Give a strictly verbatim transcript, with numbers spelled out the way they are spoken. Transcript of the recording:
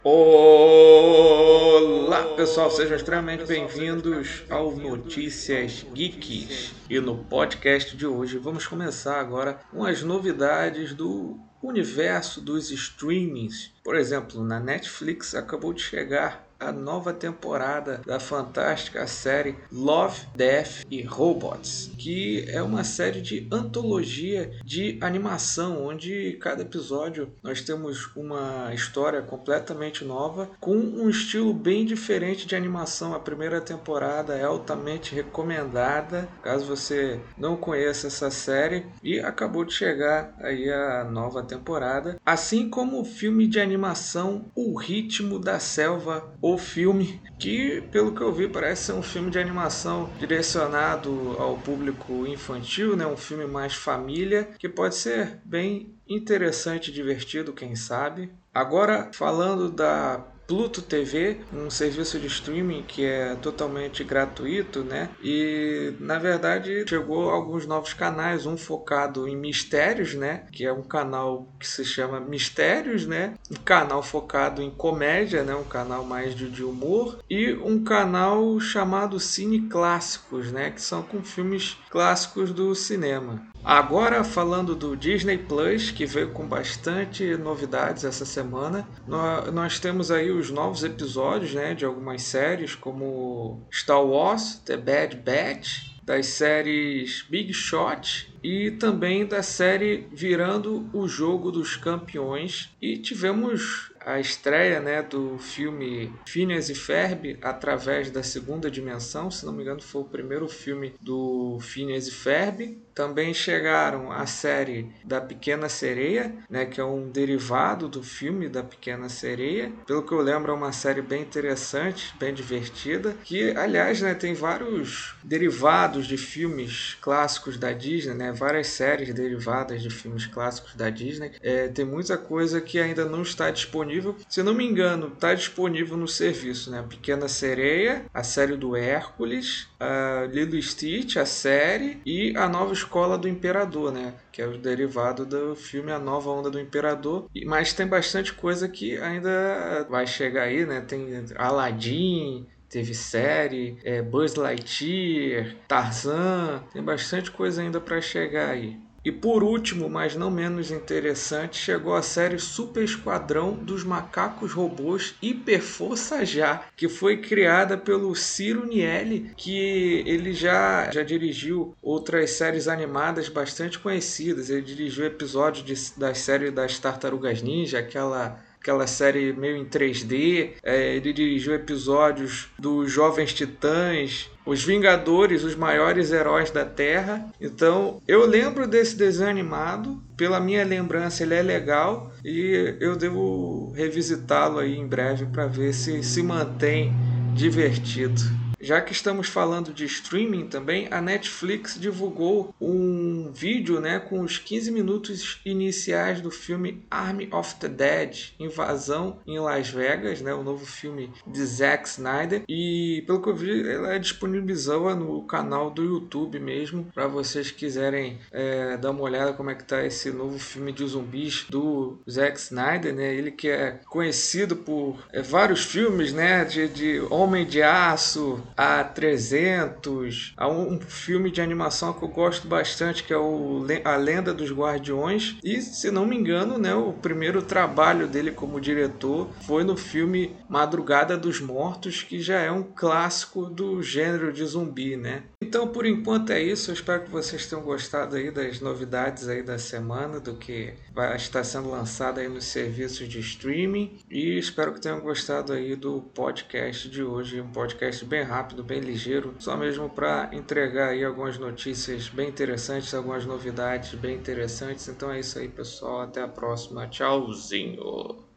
Olá, pessoal, sejam extremamente bem-vindos ao Notícias Geeks. E no podcast de hoje vamos começar agora com as novidades do universo dos streamings. Por exemplo, na Netflix acabou de chegar a nova temporada da fantástica série Love, Death e Robots, que é uma série de antologia de animação, onde cada episódio nós temos uma história completamente nova, com um estilo bem diferente de animação. A primeira temporada é altamente recomendada, caso você não conheça essa série, e acabou de chegar aí a nova temporada, assim como o filme de animação O Ritmo da Selva, o filme que, pelo que eu vi, parece ser um filme de animação direcionado ao público infantil, né? Um filme mais família, que pode ser bem interessante e divertido, quem sabe. Agora, falando da Pluto T V, um serviço de streaming que é totalmente gratuito, né? E na verdade chegou alguns novos canais, um focado em mistérios, né? Que é um canal que se chama Mistérios, né? Um canal focado em comédia, né? Um canal mais de, de humor, e um canal chamado Cine Clássicos, né? Que são com filmes clássicos do cinema. Agora falando do Disney Plus, que veio com bastante novidades essa semana, nós temos aí os novos episódios, né, de algumas séries, como Star Wars, The Bad Batch, das séries Big Shot e também da série Virando o Jogo dos Campeões. E tivemos a estreia, né, do filme Phineas e Ferb através da segunda dimensão. Se não me engano, foi o primeiro filme do Phineas e Ferb. Também chegaram a série da Pequena Sereia, né, que é um derivado do filme da Pequena Sereia. Pelo que eu lembro, é uma série bem interessante, bem divertida, que, aliás, né, tem vários derivados de filmes clássicos da Disney, né, várias séries derivadas de filmes clássicos da Disney. É, tem muita coisa que ainda não está disponível. Se não me engano, está disponível no serviço, né? Pequena Sereia, a série do Hércules, a Lilo e Stitch, a série, e a Nova Escola do Imperador, né? Que é o derivado do filme A Nova Onda do Imperador. Mas tem bastante coisa que ainda vai chegar aí, né? Tem Aladdin, teve série, é, Buzz Lightyear, Tarzan, tem bastante coisa ainda para chegar aí. E por último, mas não menos interessante, chegou a série Super Esquadrão dos Macacos Robôs Hiper Força Já, que foi criada pelo Ciro Nieli, que ele já, já dirigiu outras séries animadas bastante conhecidas. Ele dirigiu episódios de, da série das Tartarugas Ninja, aquela aquela série meio em três D. É, ele dirigiu episódios dos Jovens Titãs, os Vingadores, os maiores heróis da Terra. Então, eu lembro desse desenho animado. Pela minha lembrança, ele é legal e eu devo revisitá-lo aí em breve para ver se se mantém divertido. Já que estamos falando de streaming também, a Netflix divulgou um vídeo, né, com os quinze minutos iniciais do filme Army of the Dead, Invasão em Las Vegas, né, o novo filme de Zack Snyder. E pelo que eu vi, ela é disponibilizada no canal do YouTube mesmo, para vocês quiserem é, dar uma olhada como é que tá esse novo filme de zumbis do Zack Snyder, né? Ele que é conhecido por é, vários filmes, né, de, de Homem de Aço, a trezentos, há um filme de animação que eu gosto bastante, que é o A Lenda dos Guardiões, e se não me engano, né, o primeiro trabalho dele como diretor foi no filme Madrugada dos Mortos, que já é um clássico do gênero de zumbi, né? Então, por enquanto é isso. Eu espero que vocês tenham gostado aí das novidades aí da semana, do que vai estar sendo lançado aí nos serviços de streaming, e espero que tenham gostado aí do podcast de hoje, um podcast bem rápido, bem ligeiro, só mesmo para entregar aí algumas notícias bem interessantes, algumas novidades bem interessantes. Então é isso aí, pessoal, até a próxima, tchauzinho.